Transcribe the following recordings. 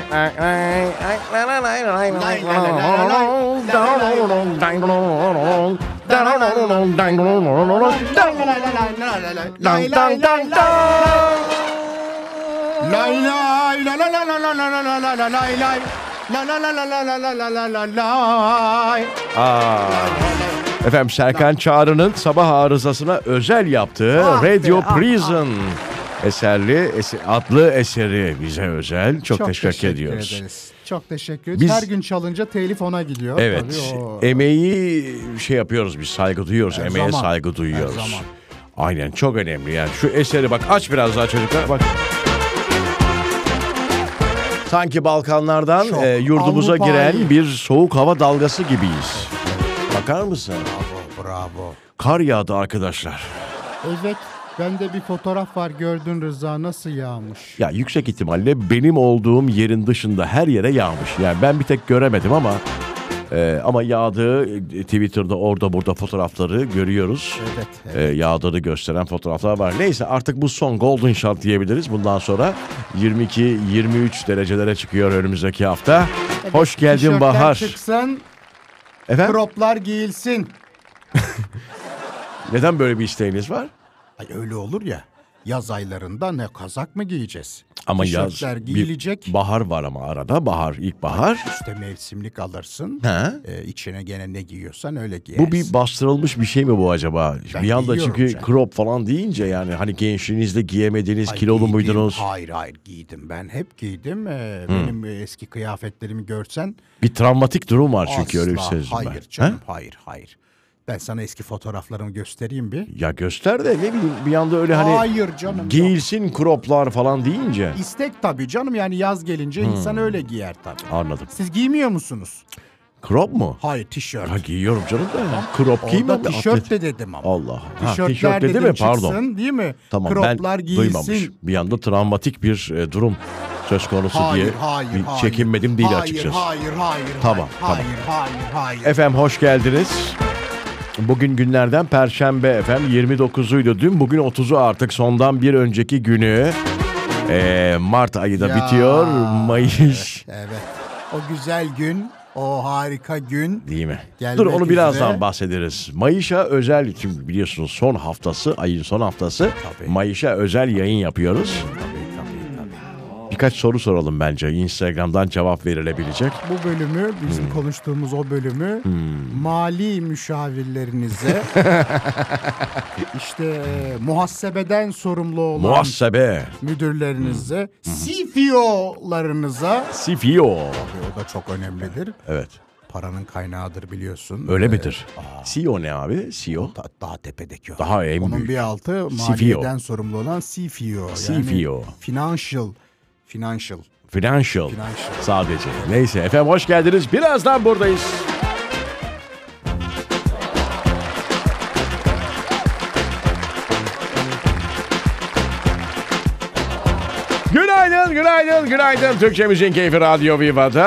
Efendim Serkan Çağrı'nın sabah arızasına özel yaptığı Radio Prison adlı eseri bize özel. Çok teşekkür ediyoruz. Ederiz. Çok teşekkür ederiz. Her gün çalınca telif ona gidiyor. Evet. Emeği yapıyoruz biz, saygı duyuyoruz. Emeğe saygı duyuyoruz. Aynen, çok önemli yani. Şu eseri bak, aç biraz daha çocuklar bak. Sanki Balkanlardan yurdumuza giren bir soğuk hava dalgası gibiyiz. Bakar mısın? Bravo. Kar yağdı arkadaşlar. Evet. Bende bir fotoğraf var, gördün Rıza, nasıl yağmış? Ya yüksek ihtimalle benim olduğum yerin dışında her yere yağmış. Yani ben bir tek göremedim ama yağdığı Twitter'da orada burada fotoğrafları görüyoruz. Evet. Yağdığını gösteren fotoğraflar var. Neyse, artık bu son golden shot diyebiliriz. Bundan sonra 22-23 derecelere çıkıyor önümüzdeki hafta. Evet, hoş geldin Bahar. Çıksın, efendim? Croplar giyilsin. Neden böyle bir isteğiniz var? Ay öyle olur ya. Yaz aylarında ne kazak mı giyeceğiz? Ama tişörtler giyilecek. Bahar var ama arada ilkbahar. İşte mevsimlik alırsın. İçine gene ne giyiyorsan öyle giyersin. Bu bir bastırılmış bir şey mi bu acaba? Ben bir anda çünkü canım. Crop falan deyince yani hani gençliğinizde giyemediğiniz, kilolu muydunuz? Hayır giydim. Ben hep giydim. Benim eski kıyafetlerimi görsen. Bir travmatik durum var çünkü asla, öyle bir sezdim ben. Hayır canım, hayır. Ben sana eski fotoğraflarımı göstereyim bir. Ya göster de ne bileyim, bir anda öyle hayır canım, giyilsin yok. Croplar falan deyince. İstek tabii canım, yani yaz gelince insan öyle giyer tabii. Anladım. Siz giymiyor musunuz? Crop mu? Hayır, tişört. Ha, giyiyorum canım da. Crop giymem. Orada tişört de dedim ama. Allah. Tişörtler dedi mi? Pardon. Çıksın, değil mi? Tamam, Croplar ben giyilsin. duymamış. Bir anda travmatik bir durum söz konusu diye çekinmedim değil açıkçası. Hayır. Tamam. Hayır. Efendim hoş geldiniz. Bugün günlerden Perşembe efendim, 29'uydu dün, bugün 30'u artık, sondan bir önceki günü. Mart ayı da bitiyor. Mayıs. Evet. O güzel gün, o harika gün. Değil mi? Gelmek Dur, onu birazdan üzere. bahsederiz. Mayış'a özel, çünkü biliyorsunuz son haftası, ayın son haftası. Mayış'a özel yayın yapıyoruz. Tabii. Birkaç soru soralım bence. Instagram'dan cevap verilebilecek. Bu bölümü, bizim konuştuğumuz o bölümü mali müşavirlerinize, işte muhasebeden sorumlu olan müdürlerinize, CFO'larınıza. CFO. O da çok önemlidir. Evet. Paranın kaynağıdır biliyorsun. Öyle midir? CEO ne abi? CEO? Daha tepedeki o. Daha en onun büyük. bir altı maliyeden sorumlu olan CFO. CFO. Financial. Sadece. Neyse efendim, hoş geldiniz. Birazdan buradayız. Günaydın. Türkçe Müziğin Keyfi Radyo Viva'da.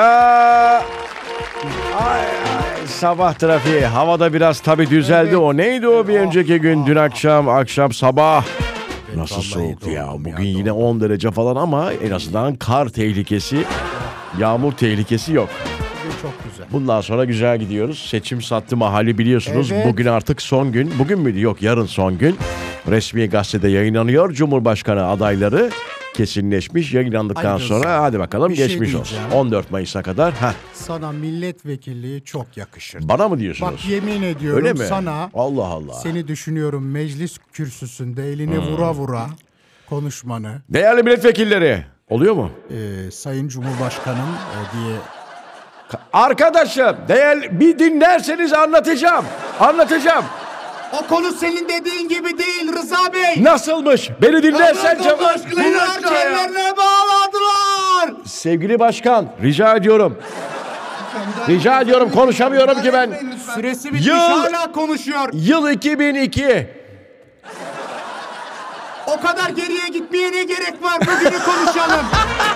Ay, sabah trafiği. Havada biraz tabii düzeldi. Evet. O neydi o bir önceki gün? Dün akşam sabah. Nasıl soğuktu ya. Bugün yine 10 derece falan ama en azından kar tehlikesi, yağmur tehlikesi yok. Çok güzel. Bundan sonra güzel gidiyoruz. Seçim sattı mahalli biliyorsunuz. Evet. Bugün artık son gün. Bugün müydü? Yok, yarın son gün. Resmi gazetede yayınlanıyor. Cumhurbaşkanı adayları kesinleşmiş. Yayınlandıktan sonra hadi bakalım geçmiş olsun. 14 Mayıs'a kadar. Sana milletvekilliği çok yakışır. Bana mı diyorsunuz? Bak yemin ediyorum, öyle mi? Sana. Allah. Seni düşünüyorum, meclis kürsüsünde elini vura konuşmanı. Değerli milletvekilleri. Oluyor mu? Sayın Cumhurbaşkanım diye. Arkadaşım, bir dinlerseniz anlatacağım. O konu senin dediğin gibi değil Rıza Bey. Nasılmış? Beni dinlersen bunlar kendilerine bağladılar. Sevgili başkan, rica ediyorum. Konuşamıyorum ki ben. Süresi bitmiş, hala konuşuyor. Yıl 2002. O kadar geriye gitmeye ne gerek var? Bugünü konuşalım.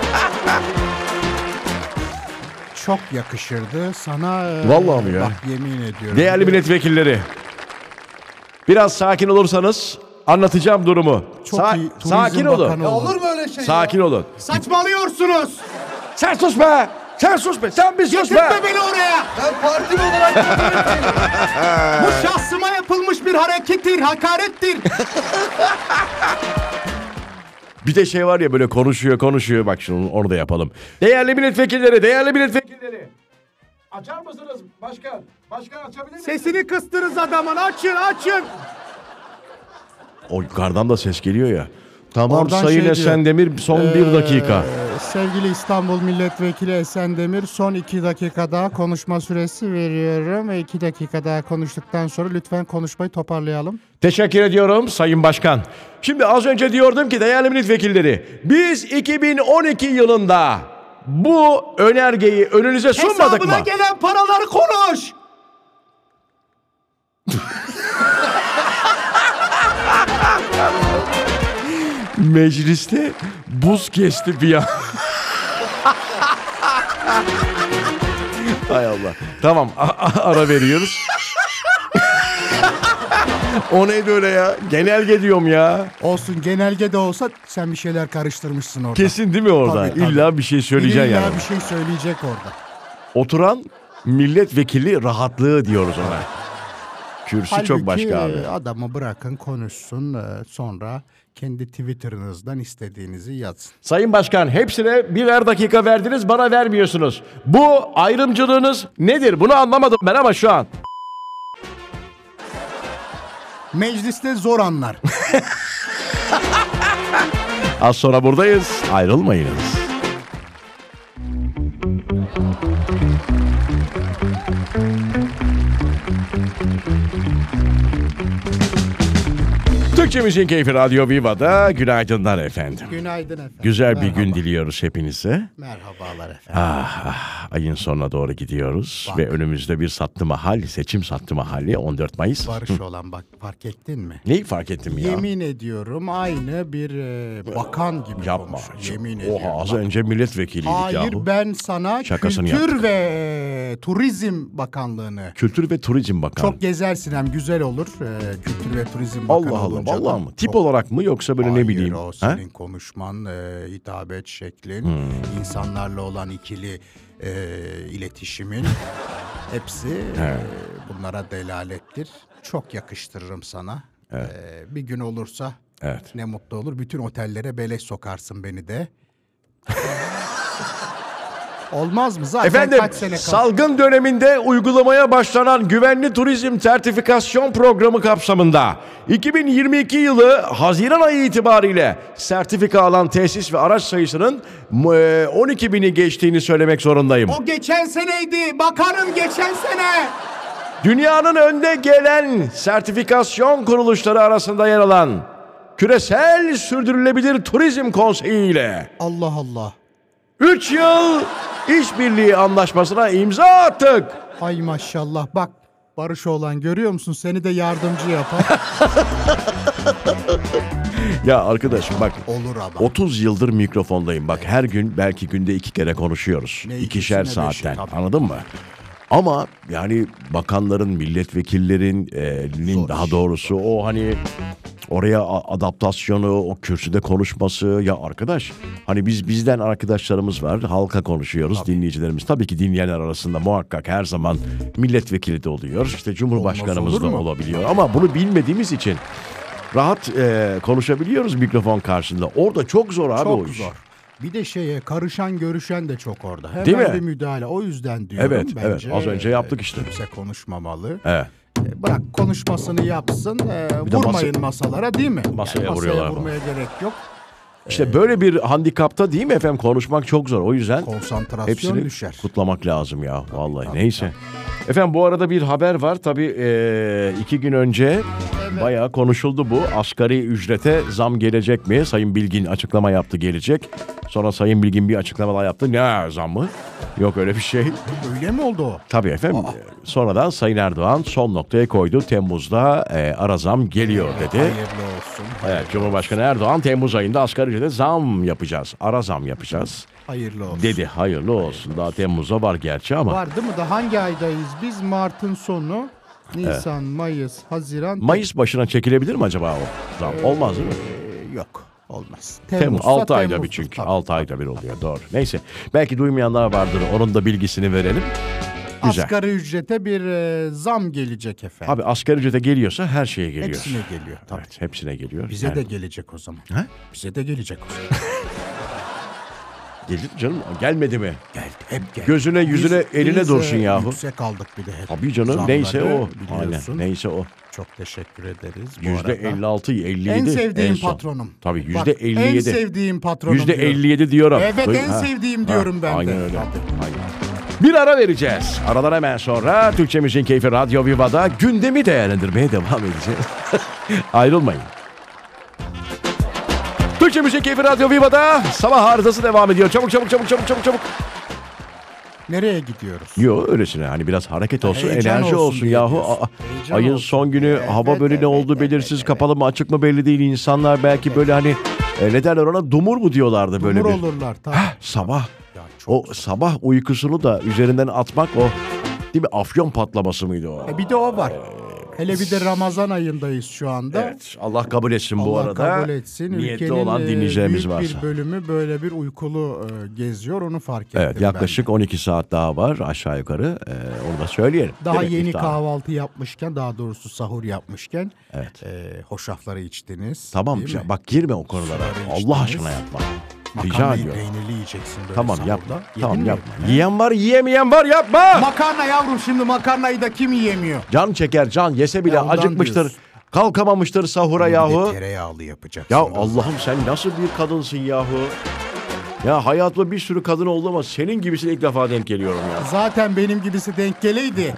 Çok yakışırdı sana. Vallahi mi ya? Bak yemin ediyorum. Değerli milletvekilleri. Biraz sakin olursanız anlatacağım durumu. Çok iyi. Sakin olun. Olur mu öyle şey? Sakin olun. Saçmalıyorsunuz. Sen sus be! Sen sus be! Sen bir sus be! Getirtme beni oraya. Ben partim olarak Bu şahsıma yapılmış bir harekettir, hakarettir. Bir de şey var ya böyle konuşuyor. Bak şunu onu da yapalım. Değerli milletvekilleri. Açar mısınız başkan? Başkan açabilir misiniz? Sesini kıstırız adamın. Açın. O yukarıdan da ses geliyor ya. Tamam Oradan Sayın şey Esen Demir son bir dakika. Sevgili İstanbul Milletvekili Esen Demir, son 2 dakika daha konuşma süresi veriyorum. 2 dakika daha konuştuktan sonra lütfen konuşmayı toparlayalım. Teşekkür ediyorum Sayın Başkan. Şimdi az önce diyordum ki değerli milletvekilleri biz 2012 yılında bu önergeyi önünüze sunmadık mı? Hesabına gelen paraları konuş. Mecliste buz kesti bir an. Hay Allah. Tamam ara veriyoruz. O neydi öyle ya? Genelge diyorum ya. Olsun, genelge de olsa sen bir şeyler karıştırmışsın orada. Kesin değil mi orada? Tabii. İlla bir şey söyleyeceksin yani. İlla bir şey söyleyecek orada. Oturan milletvekili rahatlığı diyoruz ona. Kürsü Halbuki çok başka abi. adamı bırakın konuşsun, sonra kendi Twitter'ınızdan istediğinizi yazın. Sayın Başkan hepsine birer dakika verdiniz bana vermiyorsunuz. Bu ayrımcılığınız nedir? Bunu anlamadım ben ama şu an. Mecliste zor anlar. Az sonra buradayız. Ayrılmayınız. Türkçe Müziğin Keyfi Radyo Viva'da günaydınlar efendim. Günaydın efendim. Güzel bir Merhaba. gün diliyoruz hepinize. Merhabalar efendim. Ayın sonuna doğru gidiyoruz ve önümüzde bir seçim sattı mahalli 14 Mayıs. Barış olan bak, fark ettin mi? Neyi fark ettim ya? Yemin ediyorum aynı bir bakan gibi Yapma. konuş. Yemin ediyorum. Oha az Bak. önce milletvekiliydik Hayır, yahu. ben sana Şakasını Kültür yaptık. ve Turizm Bakanlığı'nı Kültür ve Turizm Bakanı. çok gezersin, hem güzel olur. Kültür ve Turizm Bakanı Allah Allah olunca da vallahi mı? Tip çok- olarak mı yoksa böyle Hayır, ne bileyim? o Ha? senin konuşman, hitabet şeklin, insanlarla olan ikili iletişimin hepsi bunlara delalettir. Çok yakıştırırım sana. Bir gün olursa Evet. ne mutlu olur. Bütün otellere beleş sokarsın beni de. Olmaz mı? Zaten Efendim kaç sene kaldı. salgın döneminde uygulamaya başlanan güvenli turizm sertifikasyon programı kapsamında 2022 yılı Haziran ayı itibariyle sertifika alan tesis ve araç sayısının 12 bini geçtiğini söylemek zorundayım. O geçen seneydi. Bakanım, geçen sene. Dünyanın önde gelen sertifikasyon kuruluşları arasında yer alan Küresel Sürdürülebilir Turizm Konseyi ile Allah Allah. 3 yıl işbirliği anlaşmasına imza attık. Ay maşallah. Bak, Barış olan görüyor musun? Seni de yardımcı yapar. Ya arkadaşım bak Olur ama. 30 yıldır mikrofondayım. Bak her gün belki günde 2 kere konuşuyoruz. Ne İkişer ikisi, ne beşi, saatten. tabii. Anladın mı? Ama yani bakanların, milletvekillerinin daha doğrusu o hani oraya adaptasyonu, o kürsüde konuşması. Ya arkadaş hani bizden arkadaşlarımız var. Halka konuşuyoruz, dinleyicilerimiz. Tabii ki dinleyenler arasında muhakkak her zaman milletvekili de oluyor. İşte Cumhurbaşkanımız Olmaz da olur mu? olabiliyor. Ama bunu bilmediğimiz için rahat konuşabiliyoruz mikrofon karşısında. Orada çok zor abi o Çok iş. zor. Bir de karışan görüşen de çok orada. Hemen Değil mi? bir müdahale. O yüzden diyorum Evet, bence. evet. Az önce yaptık işte. Kimse konuşmamalı. Evet. Bırak konuşmasını yapsın. Bir de Vurmayın masalara, değil mi? Masaya vuruyorlar vurmaya gerek yok. İşte böyle bir handikapta değil mi efendim konuşmak çok zor. O yüzden Konsantrasyon hepsini düşer. kutlamak lazım ya vallahi. Neyse. Efendim bu arada bir haber var. Tabii 2 gün önce bayağı konuşuldu bu. Asgari ücrete zam gelecek mi? Sayın Bilgin açıklama yaptı, gelecek. Sonra Sayın Bilgin bir açıklama daha yaptı. Ne zammı? Yok öyle bir şey. Öyle mi oldu o? Tabii efendim. Sonradan Sayın Erdoğan son noktaya koydu. Temmuz'da ara zam geliyor dedi. Hayırlı olsun. Evet, Cumhurbaşkanı Erdoğan Temmuz ayında asgari ücrete zam yapacağız. Ara zam yapacağız Hayırlı olsun. dedi. Hayırlı olsun. Daha Temmuz'a var gerçi ama. Var değil mi? Da hangi aydayız? Biz Mart'ın sonu. Nisan, Mayıs, Haziran. Mayıs başına çekilebilir mi acaba o zam? Olmaz değil mi? Yok. Olmaz. Temmuz. 6 ayda bir Temmuz'dur çünkü. tabii. 6 ayda bir oluyor. Doğru. Neyse. Belki duymayanlar vardır. Onun da bilgisini verelim. Güzel. Asgari ücrete bir zam gelecek efendim. Abi asgari ücrete geliyorsa her şeye geliyor. Hepsine geliyor. Tabii. Evet, hepsine geliyor. Bize Yani de gelecek o zaman. Ha? Bize de gelecek o zaman. gelir canım. Gelmedi mi? Geldi. Hep geldi. Gözüne, yüzüne, eline dursun yahu. Yüksek aldık bir de hep. Tabii canım. Zamları Neyse o. biliyorsun. Aynen. Neyse o. Çok teşekkür ederiz. Bu arada. %56, 57. En sevdiğim son. patronum. Tabii Bak, %57. en sevdiğim patronum diyorum. %57 diyorum. Evet, en Ha. sevdiğim diyorum ben de. Aynen öyle. Tabii. Aynen. Bir ara vereceğiz. Aradan hemen sonra Türkçe Müziğin Keyfi Radyo Viva'da gündemi değerlendirmeye devam edeceğiz. Ayrılmayın. Türkçe Müziğin Keyfi Radyo Viva'da sabah arızası devam ediyor. Çabuk. Nereye gidiyoruz? Yo öylesine hani biraz hareket olsun, Heyecan enerji olsun olsun diye yahu. diyorsun. Aa, Heyecan ayın olsun. son günü hava böyle ne oldu belirsiz, kapalı mı açık mı belli değil. İnsanlar belki böyle hani ne derler ona, dumur mu diyorlardı böyle Dumur bir. olurlar tabii. Sabah. Ya çok O sabah uykusunu da üzerinden atmak o. Değil mi? Afyon patlaması mıydı o? Bir de o var. Hele bir de Ramazan ayındayız şu anda. Evet. Allah kabul etsin bu Allah arada. kabul etsin. Niyetli Ülkenin olan dinleyicilerimiz büyük varsa. bir bölümü böyle bir uykulu geziyor. Onu fark ettim Evet, yaklaşık 12 saat daha var aşağı yukarı. Onu da söyleyelim. Daha Demek yeni iftar. kahvaltı yapmışken, daha doğrusu sahur yapmışken Evet. hoşafları içtiniz. Tamam değil mi? bak girme o konulara. Suları Allah içtiniz. aşkına yapma. Rica Makarnayı ediyorum. peynirli yiyeceksin böyle Tamam sahurda. yapma. Yedin Tamam mi? yapma. Yiyen var, yiyemeyen var, yapma. Makarna yavrum, şimdi makarnayı da kim yiyemiyor? Can çeker, can yese bile Ya ondan acıkmıştır. diyorsun. Kalkamamıştır sahura Bir de yahu. tereyağlı yapacaksın. Ya Allah'ım sen nasıl bir kadınsın yahu. Ya hayatımda bir sürü kadın oldu ama senin gibisine ilk defa denk geliyorum ya. Zaten benim gibisi denk geleydi.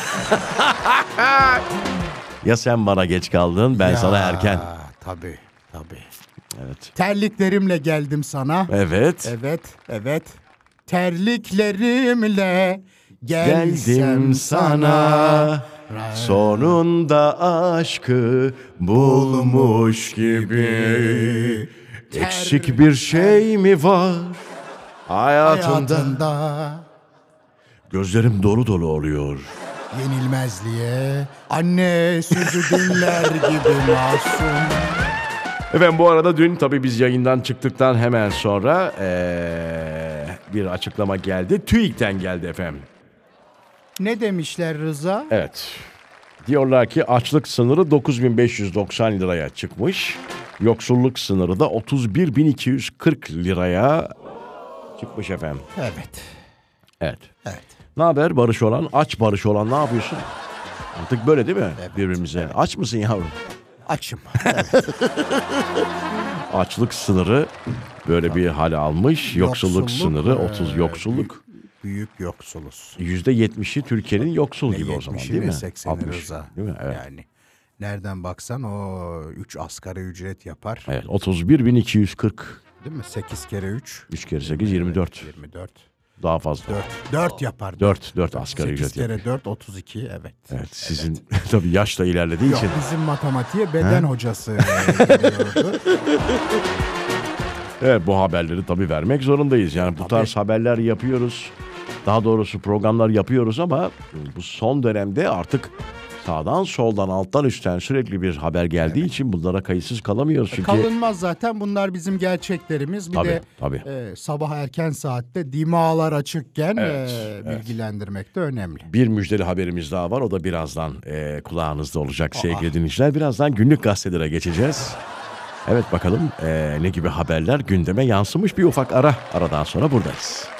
Ya sen bana geç kaldın, ben sana erken. Tabii. Evet. Terliklerimle geldim sana. Evet. Evet. Terliklerimle gelsem Geldim sana. Sonunda aşkı bulmuş gibi. Eksik bir şey mi var hayatında? hayatında Gözlerim dolu dolu oluyor. yenilmezliğe anne sözü dinler gibi masum. Efendim bu arada dün tabii biz yayından çıktıktan hemen sonra bir açıklama geldi. TÜİK'ten geldi efendim. Ne demişler Rıza? Evet. Diyorlar ki açlık sınırı 9.590 liraya çıkmış. Yoksulluk sınırı da 31.240 liraya çıkmış efendim. Evet. Evet. Ne haber Barış olan? Aç Barış olan ne yapıyorsun? Artık böyle değil mi birbirimize? Aç mısın yavrum? Açım. Açlık sınırı böyle bir hal almış. Yoksulluk sınırı 30 e, yoksulluk. Büyük yoksuluz. %70'i Türkiye'nin yoksul gibi o zaman 70'i değil ve mi? 80'i 60, Rıza. değil mi? Evet. Yani nereden baksan o 3 asgari ücret yapar. Evet 31.240. Değil mi? 8 kere 3. 3 kere 8 24. 24. Daha fazla. 4 yapar. 4 asgari 8 ücret kere yapıyor. 4 32 evet. Evet sizin tabii yaşla ilerlediği Yok, için. bizim matematiğe beden hocası geliyordu. Evet bu haberleri tabii vermek zorundayız. Yani bu tarz haberler yapıyoruz. Daha doğrusu programlar yapıyoruz ama bu son dönemde artık sağdan soldan alttan üstten sürekli bir haber geldiği için bunlara kayıtsız kalamıyoruz. Çünkü Kalınmaz zaten, bunlar bizim gerçeklerimiz. Bir Tabii, de sabah erken saatte dimağlar açıkken bilgilendirmek de önemli. bir müjdeli haberimiz daha var. O da birazdan kulağınızda olacak sevgili dinleyiciler. Birazdan günlük gazetelere geçeceğiz. Evet bakalım ne gibi haberler gündeme yansımış, bir ufak ara. Aradan sonra buradayız.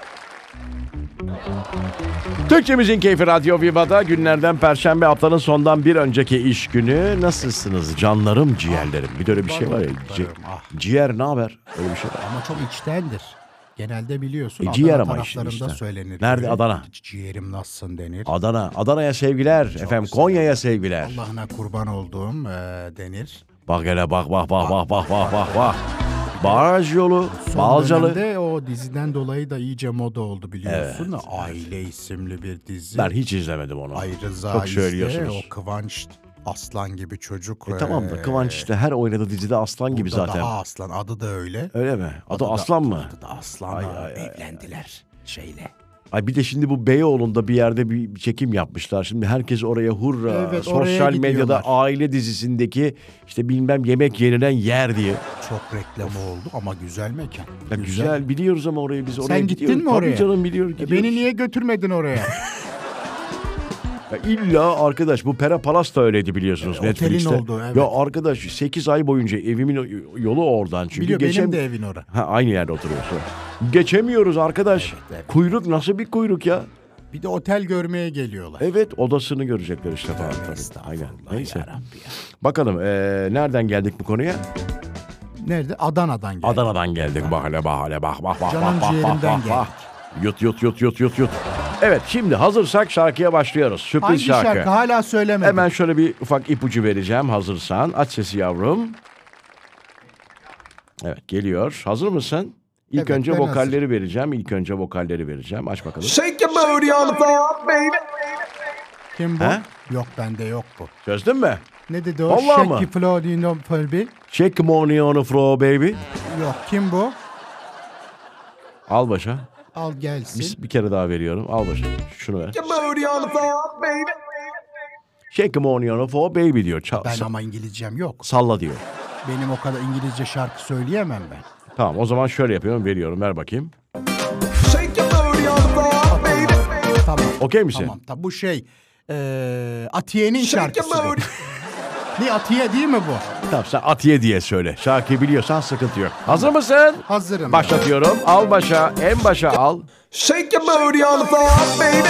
Türkçe Müziğin Keyfi Radyo Viva'da günlerden Perşembe, haftanın sondan bir önceki iş günü. Nasılsınız canlarım, ciğerlerim? Bir de öyle bir şey var ya. Ciğer ne haber? Öyle bir şey var. Ama çok içtendir. Genelde biliyorsun ciğer Adana ama işte, taraflarında işte. söylenir. Nerede Böyle, Adana? Ciğerim nasılsın denir. Adana'ya sevgiler. Efendim Konya'ya sevgiler. Allah'ına kurban olduğum denir. Bak hele bak. Baraj yolu, Son Balcalı. dönemde o diziden dolayı da iyice moda oldu biliyorsun. Aile isimli bir dizi. Ben hiç izlemedim onu. Ay Rıza Çok izle, söylüyorsunuz. o Kıvanç aslan gibi çocuk. Tamam da Kıvanç işte her oynadığı dizide aslan gibi burada zaten. Daha aslan, adı da öyle. Öyle mi? Adı aslan mı? Adı da aslan. Evlendiler şeyle. Ay bir de şimdi bu Beyoğlu'nda bir yerde bir çekim yapmışlar. Şimdi herkes oraya hurra. Evet, oraya Sosyal medyada gidiyorlar. aile dizisindeki işte bilmem yemek yenilen yer diye. Çok reklamı oldu ama güzel mekan. Ya güzel biliyoruz ama orayı biz oraya Sen gidiyoruz. gittin mi oraya? Tabii canım biliyoruz. Beni niye götürmedin oraya? Ya illa arkadaş bu Pera Palas da öyleydi biliyorsunuz Otelin Netflix'te. olduğu, evet. Ya arkadaş 8 ay boyunca evimin yolu oradan. Çünkü Biliyor benim de evin orası. Ha, aynı yerde oturuyorsun. Geçemiyoruz arkadaş. Evet. Kuyruk nasıl bir kuyruk ya? Bir de otel görmeye geliyorlar. Evet odasını görecekler işte falan. Tabii. Estağfurullah Aynen. Neyse. yarabbi ya. Bakalım nereden geldik bu konuya? Nerede? Adana'dan geldi. Adana'dan geldik. Bak hele bak hele bak bak bak Canım bak bak ciğerimden bak bak. Yut. Evet şimdi hazırsak şarkıya başlıyoruz. Sürpriz Hangi şarkı? Hala söylemedim. Hemen şöyle bir ufak ipucu vereceğim hazırsan. Aç sesi yavrum. Evet geliyor. Hazır mısın? İlk Evet, önce ben vokalleri vereceğim. Aç bakalım. Shake your booty on the floor, baby. Kim bu? He? Yok bende yok bu. Çözdün mü? Ne dedi o? Vallahi Shake mı? your floor, you know, baby. Shake money on the floor baby. Yok kim bu? Al başa. Al gelsin. Bir kere daha veriyorum. Al başa. Şunu ver. Your booty on the floor, baby. Shake money on the floor baby diyor. Ben ama İngilizcem yok. Salla diyor. Benim o kadar İngilizce şarkı söyleyemem ben. Tamam o zaman şöyle yapıyorum. Veriyorum. Ver bakayım. Shake your booty on the floor, baby. Tamam. Okey misin? Tamam. Bu şey Atiye'nin Shake your şarkısı bu. booty. Ne Atiye değil mi bu? Tamam sen Atiye diye söyle. Şarkıyı biliyorsan sıkıntı yok. Hazır mısın? Hazırım. Başlatıyorum. Al başa. En başa al. Shake your booty on the floor, baby.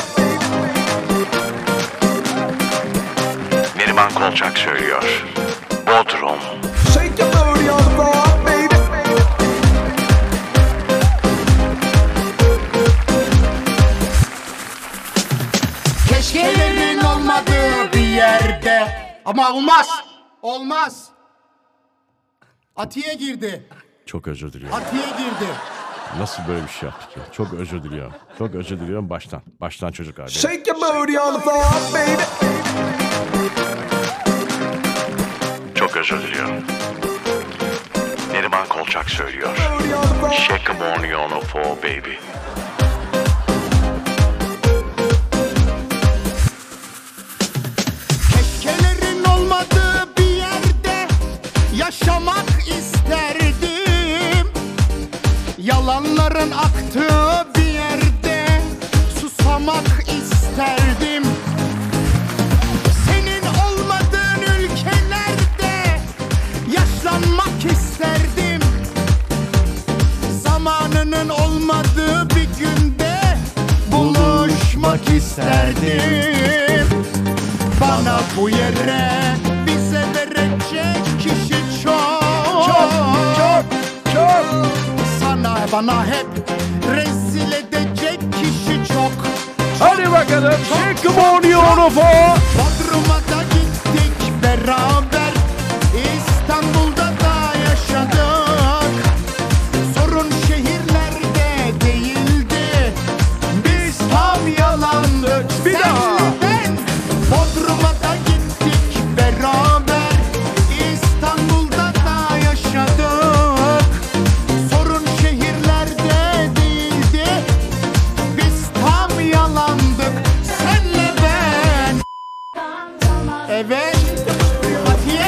Neriman Kolçak söylüyor. Bodrum. Shake your booty on the floor, baby. Keşkelerin olmadığı bir yerde. Ama olmaz. Olmaz. Atiye girdi. Çok özür diliyorum. Atiye girdi. Nasıl böyle bir şey yaptık ya? Çok özür diliyorum. Çok özür diliyorum baştan. Baştan çocuklar. Shake your booty on the floor, baby. Çok özür diliyorum. Neriman Kolçak söylüyor. Booty on the floor. Shake a morning on a floor baby. Keşkelerin olmadığı bir yerde yaşamak isterdim. Yalanların aktığı bir yerde susamak isterdim. Senin olmadığın ülkelerde yaşlanmak isterdim. Zamanının olmadığı bir günde buluşmak isterdim. Bana bu yere bize verecek kişi çok. Çok. Sana bana hep rezil edecek kişi çok. Hadi bakalım. Shake a morning on a floor. Bodrum'a da gittik beraber. İstanbul'da da yaşadık. Sorun şehirlerde değildi. Biz tam yalandık. Bir daha. Senle ben Bodrum'a da gittik beraber. İstanbul'da da yaşadık. Sorun şehirlerde değildi. Biz tam yalandık. Senle ben. Evet. Atiye.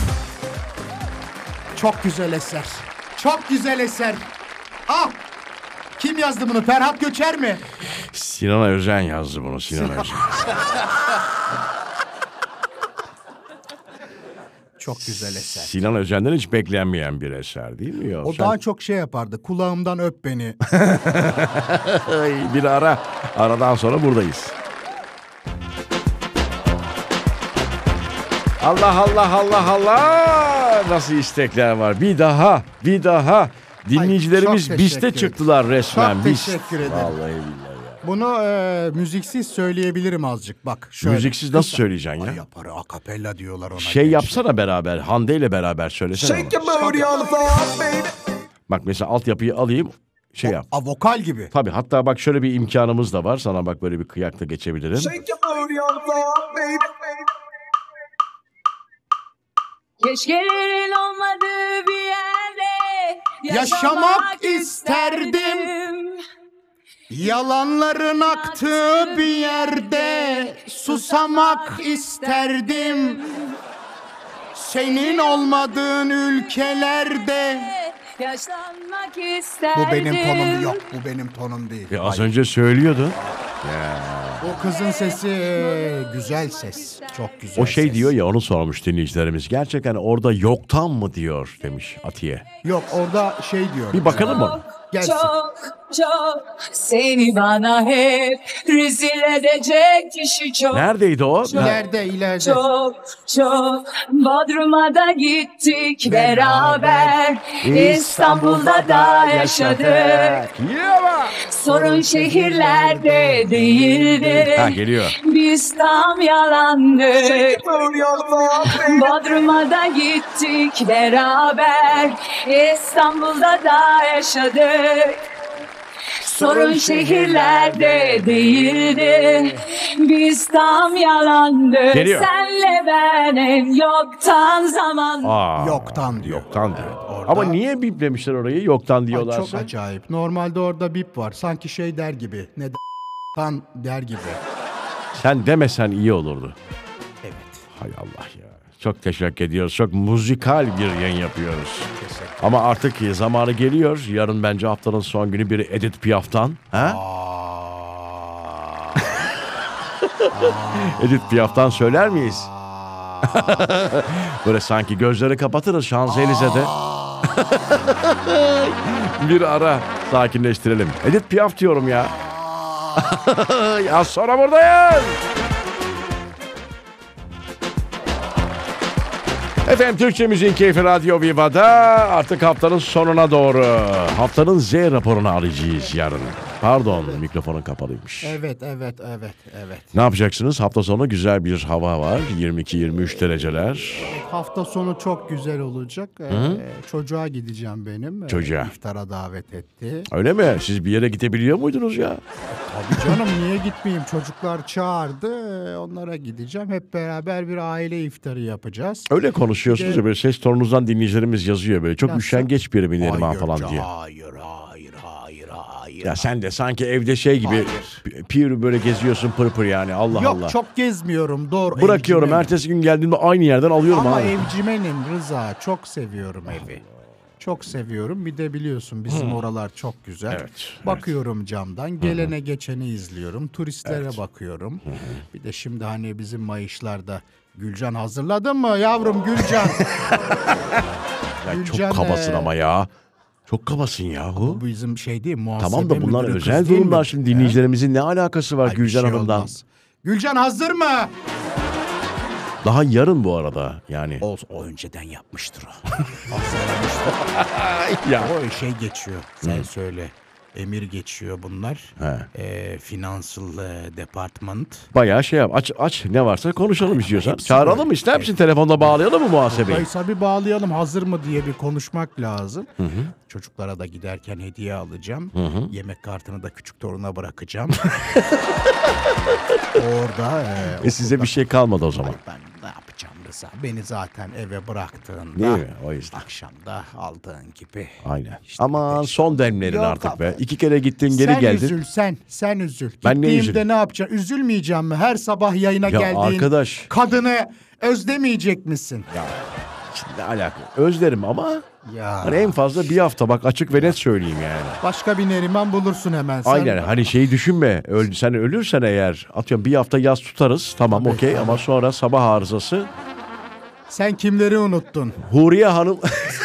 Çok güzel eser. Çok güzel eser. Ah. Kim yazdı bunu? Ferhat Göçer mi? Sinan Özen yazdı bunu. Sinan Özen. Çok güzel eser. Sinan Özen'den hiç beklenmeyen bir eser değil mi? Ya? O daha çok şey yapardı. Kulağımdan öp beni. Bir ara. Aradan sonra buradayız. Allah. Nasıl istekler var. Bir daha. Dinleyicilerimiz çok biste teşekkür çıktılar resmen. Çok Bist. teşekkür ederim. Vallahi billahi ya. Bunu müziksiz söyleyebilirim azıcık. Bak şöyle. Müziksiz nasıl söyleyeceksin ya? Ay yapar. Akapella diyorlar ona. Şey gençler. yapsana beraber. Hande ile beraber söylesene Shake onu. your booty on the floor, baby. Bak mesela altyapıyı alayım. Şey yap. Vokal gibi. Tabii hatta bak şöyle bir imkanımız da var. Sana bak böyle bir kıyakta geçebilirim. Shake your booty on the floor, baby. Keşkelerin olmadığı bir yerde Yaşamak isterdim. Yalanların aktığı bir yerde susamak isterdim. Senin olmadığın ülkelerde. Yaşlanmak isterdim. Bu benim tonum yok, bu benim tonum değil. Az önce söylüyordu. O kızın sesi güzel ses, çok güzel O şey ses. diyor ya, onu sormuş dinleyicilerimiz. Gerçekten orada yoktan mı diyor demiş Atiye. Yok, orada şey diyor. Bir bakalım mı? Gelsin. Çok çok seni bana hep rezil edecek kişi çok. Neredeydi o? İleride. Çok çok Bodrum'a da gittik beraber. İstanbul'da da yaşadık. Sorun şehirlerde değildi. Ha, geliyor. Biz tam yalandık. Mood your thought, baby. Bodrum'a da gittik beraber. İstanbul'da da yaşadık. Sorun şehirlerde değildi. Biz tam yalandık. Geliyor. Senle ben en yoktan zaman. Aa, Yoktan diyor. Yoktan diyor. orada- Ama niye biplemişler orayı? Yoktan Ay, diyorlarsa. çok acayip. Normalde orada bip var. Sanki şey der gibi. Ne tan der gibi. Sen demesen iyi olurdu. Evet. Hay Allah ya. Çok teşekkür ediyoruz. Çok müzikal bir yayın yapıyoruz. Ama artık zamanı geliyor. Yarın bence haftanın son günü bir Edith Piaf'tan. Ha? Edith Piaf'tan söyler miyiz? Böyle sanki gözleri kapatırız Şanzelize'de. Bir ara sakinleştirelim. Edith Piaf diyorum ya. Az sonra buradayız. Efendim, Türkçe Müziğin Keyfi Radyo Viva'da artık haftanın sonuna doğru. Haftanın Z raporunu arayacağız yarın. Pardon, mikrofonun kapalıymış. Evet. Ne yapacaksınız? Hafta sonu güzel bir hava var. 22-23 dereceler. Hafta sonu çok güzel olacak. Çocuğa gideceğim benim. Çocuğa. İftara davet etti. Öyle mi? Siz bir yere gidebiliyor muydunuz ya? Tabii canım, niye gitmeyeyim? Çocuklar çağırdı. Onlara gideceğim. Hep beraber bir aile iftarı yapacağız. Öyle konuşuyorsunuz ya, böyle ses tonunuzdan dinleyicilerimiz yazıyor böyle. Çok Nasıl? üşengeç biri mi Neriman falan diye. Hayır. Ya sen de sanki evde şey gibi pir böyle geziyorsun pır yani, Allah Yok, Allah. çok gezmiyorum, doğru. Bırakıyorum, evcimenim. ertesi gün geldiğimde aynı yerden alıyorum Ama abi. evcimenim Rıza. Çok seviyorum evi. Çok seviyorum. Bir de biliyorsun bizim oralar çok güzel. Evet, Bakıyorum camdan. Gelene geçeni izliyorum. Turistlere bakıyorum. Bir de şimdi hani bizim mayışlarda Gülcan hazırladın mı yavrum Gülcan? Ya Gülcan, çok kabasın ama ya. Çok kabasın yahu. Bu bizim şey değil, muhasebe Tamam da bunlar müdürü özel kız değil durumlar, mi? şimdi dinleyicilerimizin ne alakası var Ay, bir Gülcan şey Hanım'dan? olmaz. Gülcan hazır mı? Daha yarın bu arada yani. O önceden yapmıştır o. Hazırlamıştır. Ya. O şey geçiyor. Sen söyle. Emir geçiyor bunlar. Financial Department. Bayağı şey yap. Aç ne varsa konuşalım istiyorsan. hepsi Çağıralım böyle. mı, ister misin? Telefonda bağlayalım mı muhasebeyi? Kaysa bir bağlayalım, hazır mı diye bir konuşmak lazım. Çocuklara da giderken hediye alacağım. Yemek kartını da küçük toruna bırakacağım. Orada Size bir şey kalmadı o zaman. ben ne yapacağım Rıza? Beni zaten eve bıraktığında Değil mi? O yüzden. akşamda aldığın gibi. Aynen. İşte Aman beş- son demlerin Yok artık be. abi. 2 kere gittin geri sen geldin. üzül sen üzül. Ben ne Gittiğimde üzüleyim? ne yapacaksın? Üzülmeyeceğim mi? Her sabah yayına Ya geldiğin arkadaş. kadını özlemeyecek misin? Ne alaka? Özlerim ama Ya. hani en fazla bir hafta, bak açık ve net söyleyeyim yani. Başka bir Neriman bulursun hemen. Sen Aynen, hani şeyi düşünme. Sen ölürsen eğer, atıyorum bir hafta yaz tutarız. Tamam, okey, ama sonra sabah arızası. Sen kimleri unuttun? Huriye Hanım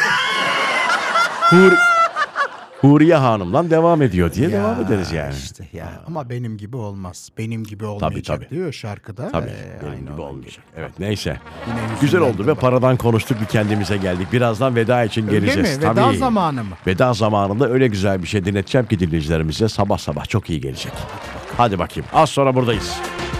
Huriye Hanım'dan devam ediyor diye devam ederiz yani. İşte ya. Ama benim gibi olmaz. Benim gibi olmayacak tabii. diyor şarkıda. Tabii, benim aynı gibi onun olmayacak. Evet, neyse. Yine Güzel oldu hüzünlendim ve bak. paradan konuştuk, bir kendimize geldik. Birazdan veda için Öyle geleceğiz. mi? Veda zamanı mı? Veda zamanında öyle güzel bir şey dinleteceğim ki dinleyicilerimize, sabah sabah çok iyi gelecek. Hadi bakayım. Az sonra buradayız.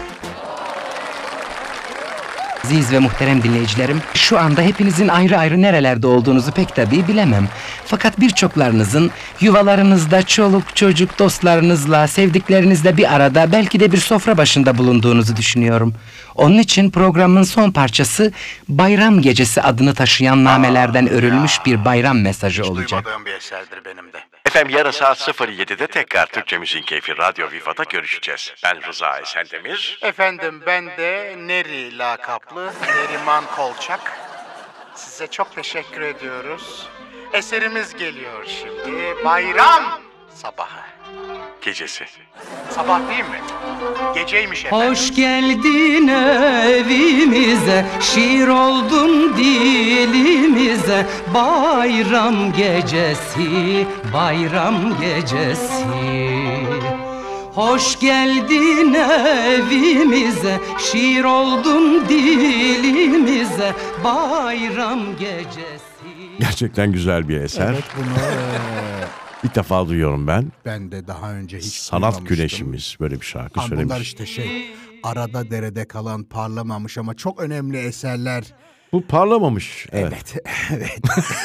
Aziz ve muhterem dinleyicilerim, şu anda hepinizin ayrı ayrı nerelerde olduğunuzu pek tabii bilemem. Fakat birçoklarınızın yuvalarınızda çoluk çocuk dostlarınızla, sevdiklerinizle bir arada, belki de bir sofra başında bulunduğunuzu düşünüyorum. Onun için programın son parçası Bayram Gecesi adını taşıyan namelerden örülmüş bir bayram mesajı olacak. Duymadığım bir eserdir benim de. Efendim yarın saat 07'de tekrar Türkçe Müziğin Keyfi Radyo Viva'da görüşeceğiz. Ben Rıza Esendemir. Efendim ben de Neri lakaplı Neriman Kolçak. Size çok teşekkür ediyoruz. Eserimiz geliyor şimdi. Bayram sabahı. Gecesi. Sabah değil mi? Geceymiş efendim. Hoş geldin evimize, şiir oldun dilimize. Bayram gecesi, bayram gecesi. Hoş geldin evimize, şiir oldun dilimize. Bayram gecesi. Gerçekten güzel bir eser. Evet bunu İlk defa duyuyorum ben. ben de daha önce hiç Sanat duymamıştım. güneşimiz böyle bir şarkı Ama söylemiş. bunlar işte arada derede kalan parlamamış ama çok önemli eserler. Bu parlamamış. Evet. Evet.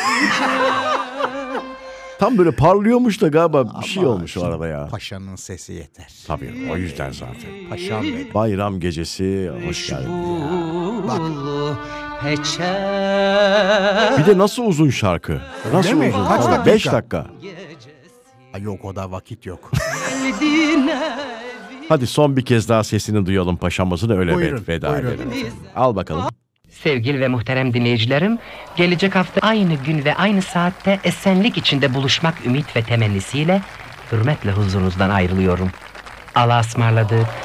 Tam böyle parlıyormuş da galiba bir şey Ama olmuş o şimdi arada ya. Paşanın sesi yeter. Tabii o yüzden zaten. Paşam benim. Bayram gecesi hoş geldin. Bak. Bir de nasıl uzun şarkı? Nasıl mi? uzun? Kaç dakika? 5 dakika. Ay yok o da vakit yok. Hadi son bir kez daha sesini duyalım paşamızın öyle Buyurun, veda buyurun. edelim. Al bakalım. Sevgili ve muhterem dinleyicilerim, gelecek hafta aynı gün ve aynı saatte esenlik içinde buluşmak ümit ve temennisiyle hürmetle huzurunuzdan ayrılıyorum. Allah'a ısmarladık.